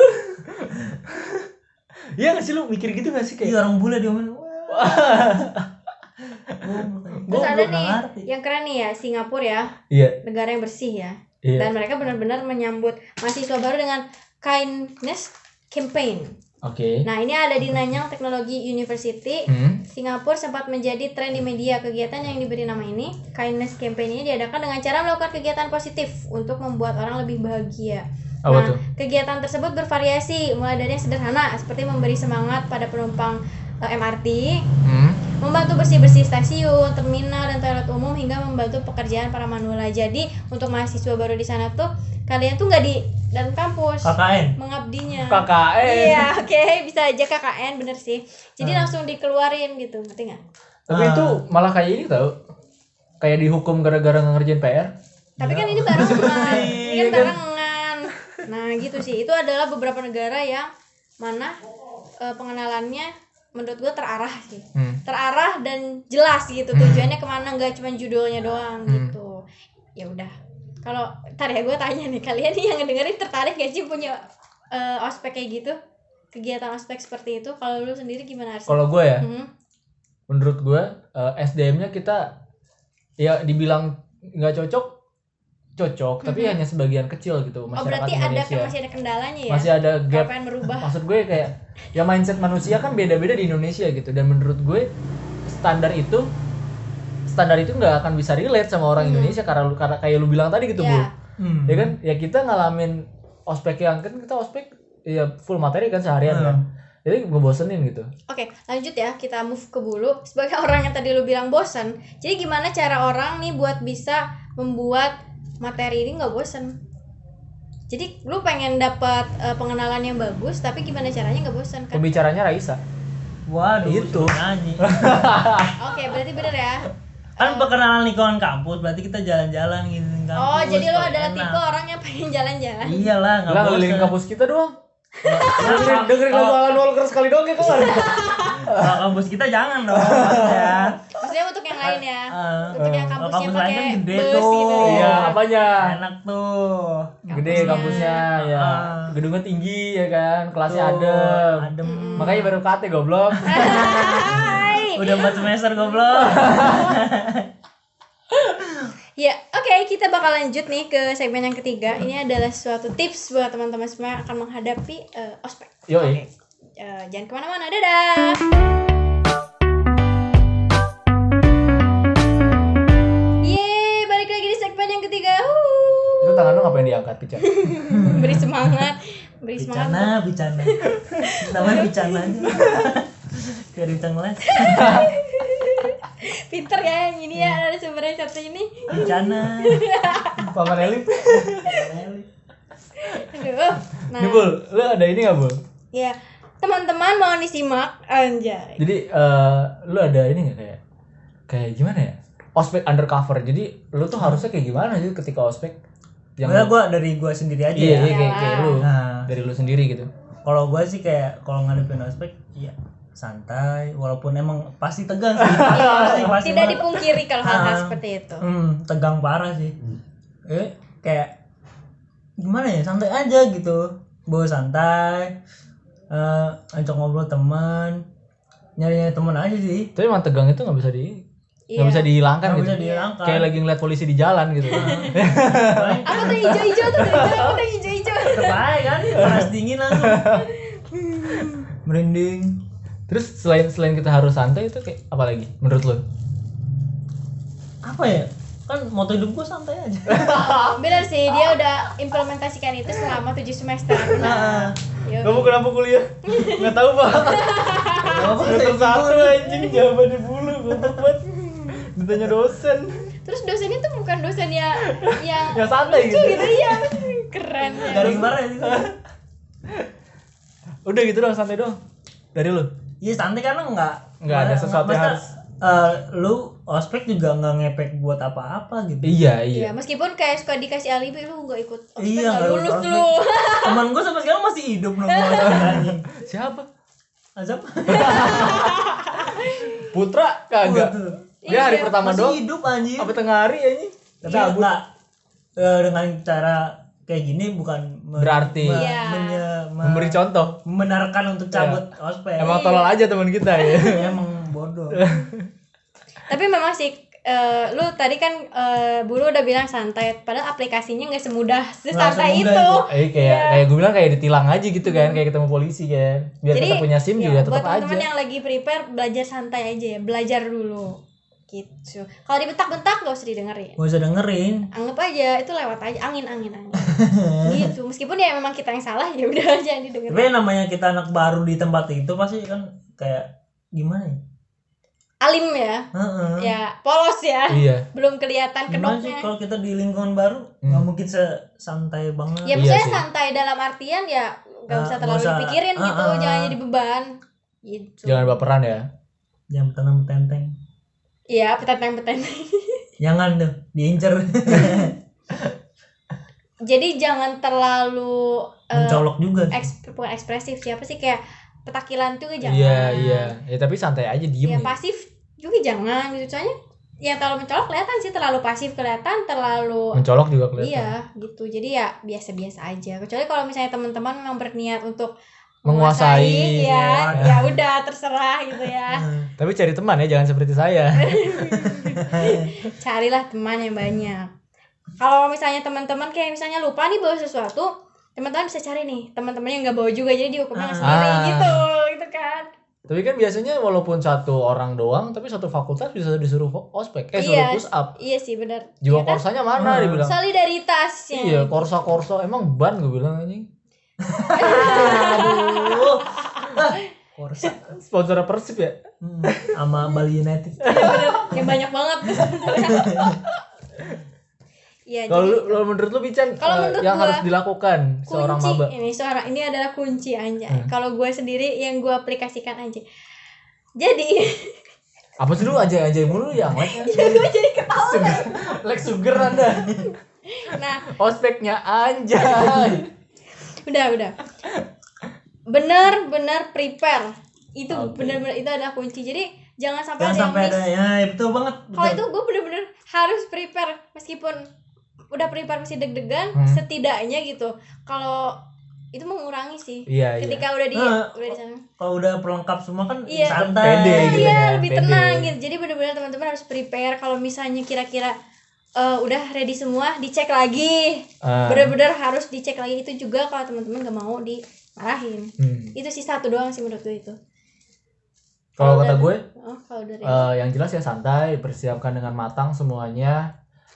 Iya nggak sih lu mikir gitu nggak sih Iya kayak? orang bule diomelin. Terus ada nih yang keren nih ya, Singapura ya, Iya. negara yang bersih ya. Iya. Dan mereka benar-benar menyambut mahasiswa baru dengan kindness campaign. Oke. Nah, ini ada di Nanyang Technology University. Hmm. Singapura sempat menjadi tren di media. Kegiatan yang diberi nama ini, Kindness Campaign ini diadakan dengan cara melakukan kegiatan positif untuk membuat orang lebih bahagia. Apa Nah, tuh? kegiatan tersebut bervariasi, mulai dari yang sederhana seperti memberi semangat pada penumpang eh, M R T, Hmm. membantu bersih-bersih stasiun, terminal, dan toilet umum, hingga membantu pekerjaan para manula. Jadi untuk mahasiswa baru di sana tuh, kalian tuh nggak di dalam kampus K K N. mengabdinya. K K N. Iya, oke, bisa aja K K N, bener sih. Jadi Hmm. langsung dikeluarin gitu, ngerti nggak? Tapi Ah. itu malah kayak ini tau. Kayak dihukum gara-gara nggak ngerjain P R. Tapi kan ini barengan, ini Iya kan kan? barengan. Nah gitu sih, itu adalah beberapa negara yang mana eh, pengenalannya menurut gue terarah sih. Hmm. Terarah dan jelas gitu Hmm. tujuannya kemana, nggak cuma judulnya doang Hmm. gitu. Ya udah, kalau ntar ya gue tanya nih, kalian nih yang ngedengerin tertarik gak sih punya eh, ospek kayak gitu, kegiatan ospek seperti itu? Kalau lu sendiri gimana Arsi? Kalau gue ya, Hmm. menurut gue eh, S D M-nya kita ya dibilang nggak cocok, cocok, tapi Mhm. hanya sebagian kecil gitu Oh masyarakat berarti ada Indonesia. masih ada kendalanya ya? Masih ada Kalau gap. pengen merubah. Maksud gue kayak ya mindset manusia kan beda-beda di Indonesia gitu, dan menurut gue standar itu standar itu nggak akan bisa relate sama orang Hmm. Indonesia karena lu karena kayak lu bilang tadi gitu, Ya. Bu. Hmm. Ya kan? Ya kita ngalamin ospek yang kan kita ospek ya full materi kan seharian Hmm. kan. Jadi ngebosenin gitu. Oke, lanjut ya, kita move ke Bulu. Sebagai orang yang tadi lu bilang bosan, jadi gimana cara orang nih buat bisa membuat materi ini nggak bosan? Jadi lu pengen dapat eh, pengenalan yang bagus, tapi gimana caranya nggak bosan kan? Pembicaranya Raisa. Waduh, Itu. suruh nyanyi. Oke, berarti bener ya. Kan perkenalan lingkungan kampus, berarti kita jalan-jalan gitu di kampus. Oh, jadi lu supaya adalah enak. tipe orang yang pengen jalan-jalan. Iyalah, nggak Lah bosan. ngelilingin kampus kita doang. dengerin dengerin lagu Alan Walker sekali doang ya kawan. Kalau kampus kita jangan dong, maksudnya. Maksudnya untuk yang lain ya. Eh, Untuk yang kalau kampusnya kampus lain pakai kan gede bus tuh. gitu ya. Iya, apanya? Enak tuh. Gede Kampusnya. kampusnya ya. Ah. Gedungnya tinggi ya kan, kelasnya Tuh, adem. Adem. Makanya baru K T goblok. Hai. Udah empat semester goblok. Ya, oke, kita bakal lanjut nih ke segmen yang ketiga. Ini adalah suatu tips buat teman-teman semua yang akan menghadapi eh, ospek. Yoi. Oke, Eh, jangan kemana-mana, dadah. Yeay, balik lagi di segmen yang ketiga. Huh. Itu tangan lu ngapain diangkat, Pica? Beri semangat, beri semangat. Bicana, bicana. Namanya bicana aja. Kayak bintang les. Pinter ya yang ini ya, ada sumbernya satu ini. Bicana. Paman Elim. Aduh. Nah, Nih, Bul, lu ada ini gak, Bul? ya teman-teman mau disimak, anjay. Jadi eh, lu ada ini gak kayak kayak gimana ya? Ospek undercover. Jadi lu tuh harusnya kayak gimana sih ketika ospek? Yang gue dari gue sendiri aja Iya, ya. iya kayak, kayak lu. Nah, Dari lu sendiri gitu. kalau gue sih kayak kalau ngadepin ospek, iya santai. Walaupun emang pasti tegang sih. pasti, pasti Tidak banget. dipungkiri kalau hal-hal Ah. seperti itu. Hmm, tegang parah sih. Eh, kayak gimana ya? Santai aja gitu. Bawa santai. Eh, ajak ngobrol teman. Nyari-nyari teman aja sih. Tapi emang tegang itu nggak bisa di nggak Iya. bisa dihilangkan Nggak gitu. bisa dihilangkan. Kayak lagi ngeliat polisi di jalan gitu. Paling Apa tuh hijau-hijau tuh? Apa tuh hijau-hijau? terbaik kan? Panas dingin langsung. Merinding. Terus selain selain kita harus santai itu kayak apa lagi menurut lu? Apa ya? Kan moto hidup gue santai aja. Benar sih, dia udah implementasikan itu selama tujuh semester. Nah, Yo. Kamu kenapa kuliah? Nggak tahu, Pak. apa Semester satu anjing jawabannya bulu goblok banget. Ditanya dosen. Terus dosennya tuh bukan dosen ya yang Ya santai lucu gitu. gitu iya. Keren ya. garing banget itu. Udah gitu doang, santai doang. Dari lu? Iya santai karena enggak Nggak ada sesuatu yang harus- eh, lu ospek juga nggak ngepek buat apa-apa gitu. Iya, Iya, iya. meskipun kayak suka dikasih alibi lu enggak ikut ospek, Iya, nggak nggak lulus ikut lu. Teman gue sampai sekarang masih hidup nunggu ospek anjing. Siapa? Azab. Putra kagak. Tuh. Dia hari Iya, pertama Masih doang. hidup anjing. Apa tengah hari anjing? Tapi Cabut. enggak eh, dengan cara kayak gini bukan men- Berarti. me- Iya. menye- me- Memberi contoh. membenarkan untuk cabut ospek. Emang tolol aja teman kita ya. Emang bodoh. Tapi memang sih eh, lu tadi kan eh, Bulu udah bilang santai, padahal aplikasinya nggak semudah sesantai semudah itu. Eh kayak Iya. kayak gue bilang kayak ditilang aja gitu kan, kayak ketemu polisi kan. Biar Jadi, kita punya SIM ya, juga tetap buat teman-teman aja. yang lagi prepare, belajar santai aja ya, belajar dulu gitu. Kalau dibentak-bentak gak usah didengerin, Gak usah dengerin. anggap aja itu lewat aja, angin angin angin gitu. Meskipun ya memang kita yang salah, ya udah aja yang didengerin. Tapi namanya kita anak baru di tempat itu pasti kan kayak gimana ya? Alim ya, Heeh. ya polos ya, Iya. belum kelihatan Gimana sih kedoknya. kalau kita di lingkungan baru Hmm. nggak mungkin santai banget. Ya Iya maksudnya sih. santai dalam artian ya gak Ah, usah nggak terlalu usah, dipikirin ah, gitu, ah. jangan jadi beban gitu. Jangan baperan ya. Jangan tenang tenteng. Iya, petenteng-petenteng. Jangan tuh diincer. Jadi jangan terlalu eh, Mencolok juga. eks- bukan ekspresif, siapa sih kayak petakilan tuh jangan. Iya iya. Ya tapi santai aja diem Ya nih. pasif juga jangan gitu. Soalnya yang terlalu mencolok kelihatan sih, terlalu pasif kelihatan, terlalu Mencolok juga kelihatan. iya gitu. Jadi ya biasa-biasa aja. Kecuali kalau misalnya teman-teman memang berniat untuk Menguasai, ya, ya. ya udah terserah gitu ya. Tapi cari teman ya, jangan seperti saya. Carilah teman yang banyak. Kalau misalnya teman-teman kayak misalnya lupa nih bawa sesuatu, teman-teman bisa cari nih teman-teman yang nggak bawa juga, jadi dihukumnya nggak sendiri Ah. gitu, gitu kan. Tapi kan biasanya walaupun satu orang doang, tapi satu fakultas bisa disuruh ospek, eh Iya. suruh push up. Iya sih benar. Jiwa Iya kan? korsanya mana Hmm. dibilang? Solidaritasnya. Iya, korsa-korso emang ban gue bilang anjing. Aduh. Korsa. Sponsor Persib ya? Hmm, sama Bali United. Iya benar. Kayak banyak banget. Iya, Kalau jadi lu, kalau menurut lu Bican, Kalau eh, menurut yang gua, harus dilakukan seorang kunci maba? ini seorang ini adalah kunci anjay. Hmm. Kalau gue sendiri yang gue aplikasikan aja. Jadi Apa sih lu aja-aja mulu yang Lex? ya gue jadi ketawa. Sugar, Lex Sugar Anda. Nah, Ospeknya anjay. udah udah. Benar-benar prepare. Itu Oke. benar-benar itu adalah kunci. Jadi jangan sampai Jangan ada sampai yang ada miss. ya, betul banget. Kalau betul. itu gue bener-bener harus prepare meskipun udah prepare masih deg-degan, Hmm. setidaknya gitu. Kalau itu mengurangi sih. Iya, iya. Ketika udah di Nah, udah di sana. Kalau udah pelengkap semua kan Iya. santai. Pede gitu Iya, kan, lebih pede. tenang gitu. Jadi bener-bener teman-teman harus prepare. Kalau misalnya kira-kira eh, udah ready semua, dicek lagi. Ah. Bener-bener harus dicek lagi. Itu juga kalau teman-teman gak mau dimarahin. Hmm. Itu sih satu doang sih menurut gue itu. Kalau kata dari- gue, Oh, kalau dari eh, yang jelas ya santai, persiapkan dengan matang semuanya.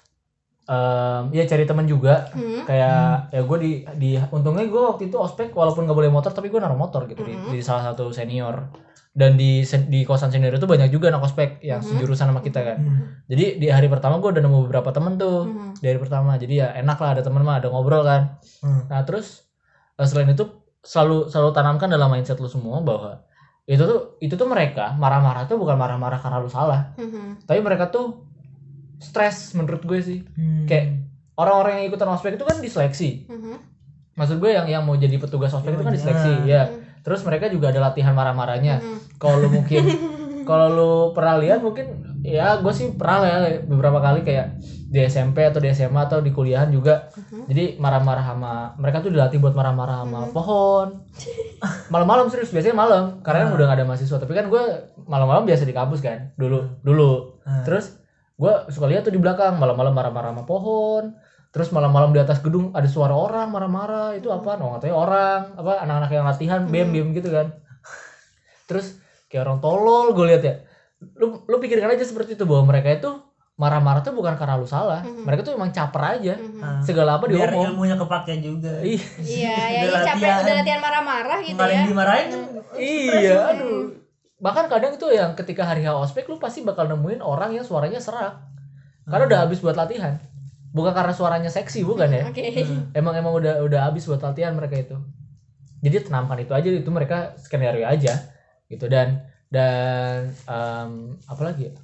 Em, ya cari teman juga. Hmm. Kayak ya gue di di untungnya gue waktu itu ospek walaupun gak boleh motor tapi gue naruh motor gitu di, Mhm. di salah satu senior. Dan di sen- di kosan senior itu banyak juga anak ospek yang Mhm. sejurusan sama kita kan. Hmm. Jadi di hari pertama gue udah nemu beberapa temen tuh. Mhm. Di hari pertama. Jadi ya enak lah ada temen mah, ada ngobrol kan. Hmm. Nah terus eh, selain itu selalu selalu tanamkan dalam mindset lu semua bahwa itu tuh itu tuh mereka marah-marah tuh bukan marah-marah karena lu salah, Mhm. tapi mereka tuh stres menurut gue sih. Hmm. Kayak orang-orang yang ikutan ospek itu kan diseleksi. Mhm. Maksud gue yang yang mau jadi petugas ospek itu kan Oh, diseleksi, iya. ya. Terus mereka juga ada latihan marah-marahnya. Mhm. Kalau lu mungkin kalau lu pernah lihat mungkin ya gue sih pernah lah ya beberapa kali kayak di S M P atau di S M A atau di kuliahan juga. Mhm. Jadi marah-marah sama mereka tuh dilatih buat marah-marah sama pohon. Malam-malam serius biasanya malam karena kan udah gak ada mahasiswa. Tapi kan gue malam-malam biasa di kampus kan dulu dulu. Hmm. Terus gue suka lihat tuh di belakang malam-malam marah-marah sama pohon. Terus malam-malam di atas gedung ada suara orang marah-marah, itu apa? Oh, katanya orang apa anak-anak yang latihan bem-bem gitu kan. Terus kayak orang tolol gue lihat ya. Lu lu pikirkan aja seperti itu bahwa mereka itu marah-marah tuh bukan karena lu salah. Mhm. Mereka tuh emang caper aja. Mhm. Ah. Segala apa Biar diomong. ilmunya kepake juga. Ih, Iya, ya Udah ini capek latihan. udah latihan marah-marah gitu Nggak ada ya. yang dimarahin tuh. iya, aduh. Bahkan kadang itu yang ketika hari H ospek lu pasti bakal nemuin orang yang suaranya serak. Karena udah habis buat latihan. Bukan karena suaranya seksi, bukan ya? Oke. Emang emang udah udah habis buat latihan mereka itu. Jadi tanamkan itu aja, itu mereka skenario aja gitu. Dan dan em, apa lagi ya?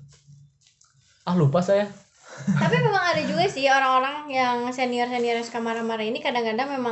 Ah lupa saya. Tapi memang ada juga sih orang-orang yang senior-senior yang suka marah-marah ini kadang-kadang memang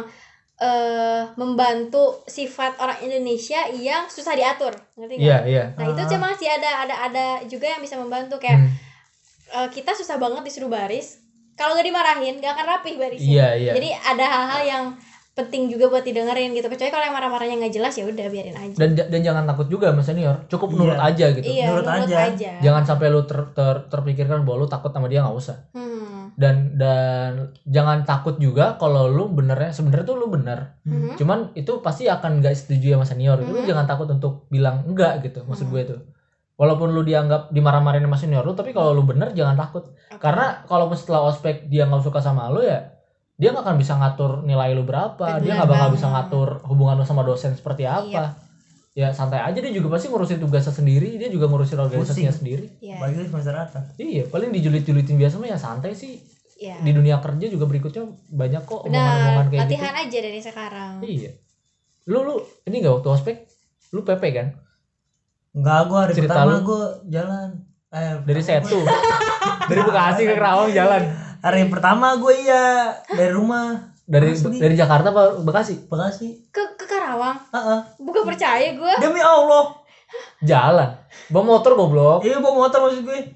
eh membantu sifat orang Indonesia yang susah diatur, ngerti nggak? Iya iya. Nah itu Ah. cuma masih ada ada ada juga yang bisa membantu kayak Hmm. eh, kita susah banget disuruh baris. Kalau nggak dimarahin nggak akan rapih barisnya. Iya iya. Jadi ada hal-hal yang penting juga buat didengerin gitu. Kecuali kalau yang marah-marahnya nggak jelas ya udah biarin aja. Dan dan jangan takut juga sama senior, cukup Iya. nurut aja gitu. Iya, nurut nurut aja. aja. Jangan sampai lu ter, ter, terpikirkan bahwa lu takut sama dia, nggak usah. Hmm. Dan dan jangan takut juga kalau lu benernya sebenarnya tuh lu bener. Mhm. Cuman itu pasti akan nggak setuju sama senior. Itu Mhm. jangan takut untuk bilang enggak gitu. Maksud Mhm. gue tuh. Walaupun lu dianggap dimarah-marahin sama senior lu, tapi kalau lu bener jangan takut. Oke. Karena kalaupun setelah ospek dia nggak suka sama lu ya, dia nggak akan bisa ngatur nilai lu berapa. Bener Dia nggak bakal banget. bisa ngatur hubungan lu sama dosen seperti apa. Ya santai aja, dia juga pasti ngurusin tugasnya sendiri. Dia juga ngurusin organisasinya Pusing. sendiri. Iya. Bagi lagi semester atas. Iya, paling dijulit-julitin biasa mah ya santai sih. Iya. Di dunia kerja juga berikutnya banyak kok Benar. omongan-omongan kayak Latihan gitu. aja dari sekarang. Iya. Lu lu ini enggak waktu ospek lu P P kan? Enggak, gua hari Cerita pertama lu. gua jalan. Eh, Dari pertama Setu. gua- Dari Bekasi ke Kerawang jalan. Hari pertama gua iya dari rumah Dari Asli. dari Jakarta apa Bekasi? Bekasi. Ke ke Karawang. Heeh. Bukan percaya gue. Demi Allah. Jalan. Bawa motor goblok. Iya, bawa motor maksud gue.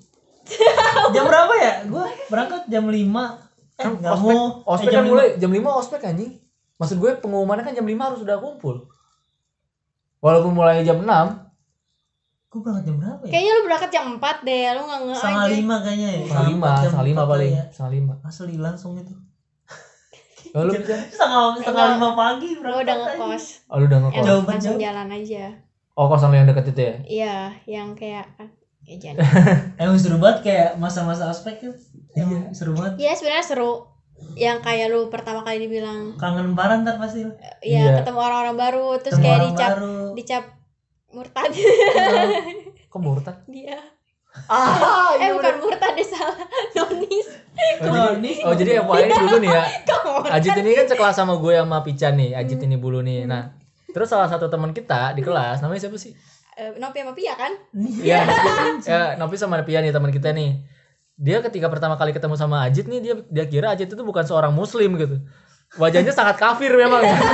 Jam berapa ya? Gua berangkat jam lima. Eh, Kan enggak ospek, mau. ospek eh, jam kan lima. mulai jam lima ospek anjing. Maksud gue pengumumannya kan jam lima harus udah kumpul. Walaupun mulai jam enam, Gua berangkat jam berapa ya? Kayaknya lu berangkat jam empat deh, lu nggak nge Setengah aja. lima kayaknya ya. setengah lima, Jam setengah lima empat paling, kali ya. setengah lima. Asli langsung itu. Lalu bisa? Setengah setengah lima pagi Lu berangkat. udah aja. ngekos. Oh, lu udah ngekos. Enak, Jauh, langsung jauh. jalan aja. Oh, kosan lu yang deket itu ya? Iya, yang kayak ah, ya jangan. Emang seru banget kayak masa-masa ospek tuh. Emang seru banget. Iya sebenarnya seru. Yang kayak lu pertama kali dibilang Kangen parah ntar pasti. ya Iya. ketemu orang-orang baru, terus Ketemu kayak orang dicap baru. dicap murtad Kok murtad? dia. Ah, eh bukan murtad deh, salah. Nonis. Oh, jadi, oh jadi F Y I dulu nih ya. Kok Ajit ini kan sekelas sama gue sama Pican nih. Ajit ini bulu nih. Nah, terus salah satu teman kita di kelas namanya siapa sih? eh, Nopi sama Pia kan? Iya. Ya, Nopi sama Pia nih teman kita nih. Dia ketika pertama kali ketemu sama Ajit nih, dia dia kira Ajit itu bukan seorang muslim gitu. Wajahnya sangat kafir memang ya.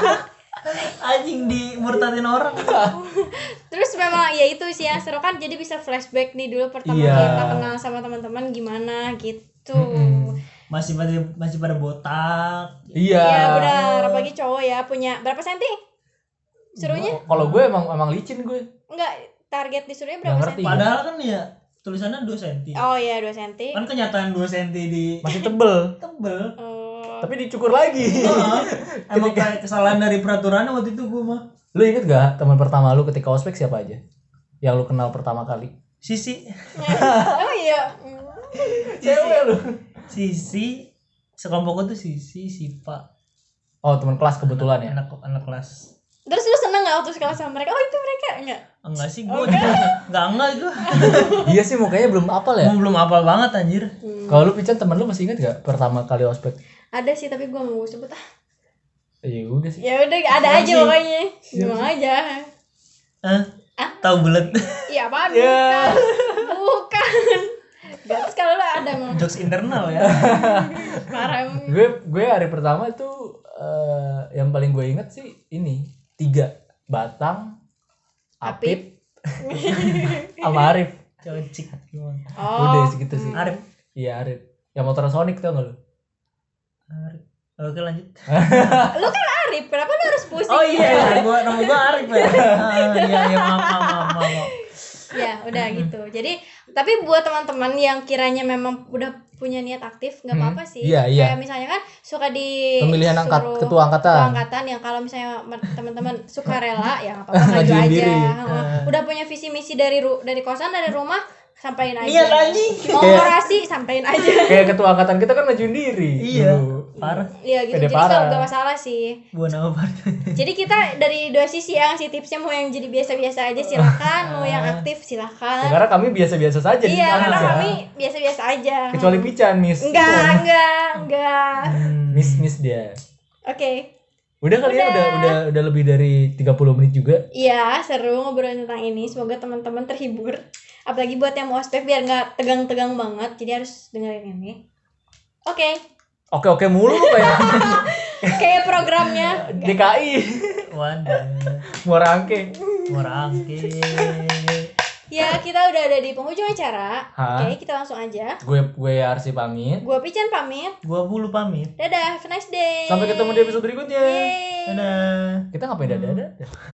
Anjing di murtadin orang. Terus memang ya itu sih yang seru kan, jadi bisa flashback nih dulu pertama Iya. kita kenal sama teman-teman gimana gitu. Mm-mm. Masih pada masih pada botak. Iya. Iya benar, apalagi cowok ya punya berapa senti? Suruhnya? Kalau gue emang emang licin gue. Enggak, target disuruhnya Nggak berapa ngerti. senti? Padahal kan ya tulisannya dua senti. Oh iya dua senti. Kan kenyataan dua senti di Masih tebel. tebel. Oh, Tapi dicukur lagi. Heeh. Emang kayak kesalahan dari peraturannya waktu itu gua mah. Lu inget gak teman pertama lu ketika ospek siapa aja? Yang lu kenal pertama kali? Sisi. oh iya. Cewek lu. Sisi sekelompokku tuh Sisi, Sipa. Oh, teman kelas kebetulan ya. Anak anak kelas. Terus lu seneng gak waktu sekolah sama mereka? Oh itu mereka enggak? Enggak sih gua. Enggak enggak gua. Iya sih mukanya belum apal ya. Gua belum hafal banget anjir. Hmm. Kalau lu Pican temen lu masih inget gak pertama kali ospek? Ada sih tapi gua mau sebut ah. Ya udah sih. Ya udah ada Siapa aja sih? pokoknya. Gimana aja. Hah? Ah? Tahu bulat. Iya apaan? Ya. Bukan. Bukan. Gak, terus kalau lu ada mau Jokes internal ya. marah emang. Gue gue hari pertama itu eh, yang paling gue inget sih ini tiga Batang, Apip, sama Arif. Cocik gimana? Oh. Udah segitu sih. Arif. Iya Arif. Yang motor Sonic tau gak lu? Arif. Oke lanjut. Lu kan Arif, kenapa lu harus pusing? Oh iya, gua nama gua Arif ya. Ah, iya iya maaf maaf maaf. maaf. Ya udah gitu. Jadi tapi buat teman-teman yang kiranya memang udah punya niat aktif nggak Hmm, apa-apa sih. iya, iya. Kayak misalnya kan suka di Pemilihan angkat suruh ketua angkatan. ketua angkatan yang kalau misalnya mer- teman-teman suka rela ya nggak apa-apa maju Majuin aja. diri. Heeh. Udah punya visi misi dari ru- dari kosan dari rumah sampaiin aja. Niat anjing. Mau Kayak- orasi sampaiin aja. Kayak ketua angkatan kita kan majuin diri. Iya. dulu. Parah. Iya gitu. Pede Jadi parah. nggak masalah sih. Gua nama parah. Jadi kita dari dua sisi yang si tipsnya mau yang jadi biasa-biasa aja silakan, mau yang aktif Ya, silakan. karena kami biasa-biasa saja di Iya, sana, karena ya. kami biasa-biasa aja. Kecuali Pican, Miss. Enggak, Oh, enggak, enggak. Miss Miss dia. Oke. Udah kali ya, Udah. udah udah udah lebih dari tiga puluh menit juga. Iya, seru ngobrolin tentang ini. Semoga teman-teman terhibur. Apalagi buat yang mau ospek biar nggak tegang-tegang banget. Jadi harus dengerin ini. Oke. Oke oke mulu lu kayak Kayak programnya. D K I Waduh. Muara Angke. Muara Angke. Ya kita udah ada di penghujung acara. Hah? Oke kita langsung aja. Gue gue Arsi pamit. Gua Pican pamit. Gua Bulu pamit. Dadah, have a nice day. Sampai ketemu di episode berikutnya. Yeay. Dadah. Kita ngapain dadah-dadah?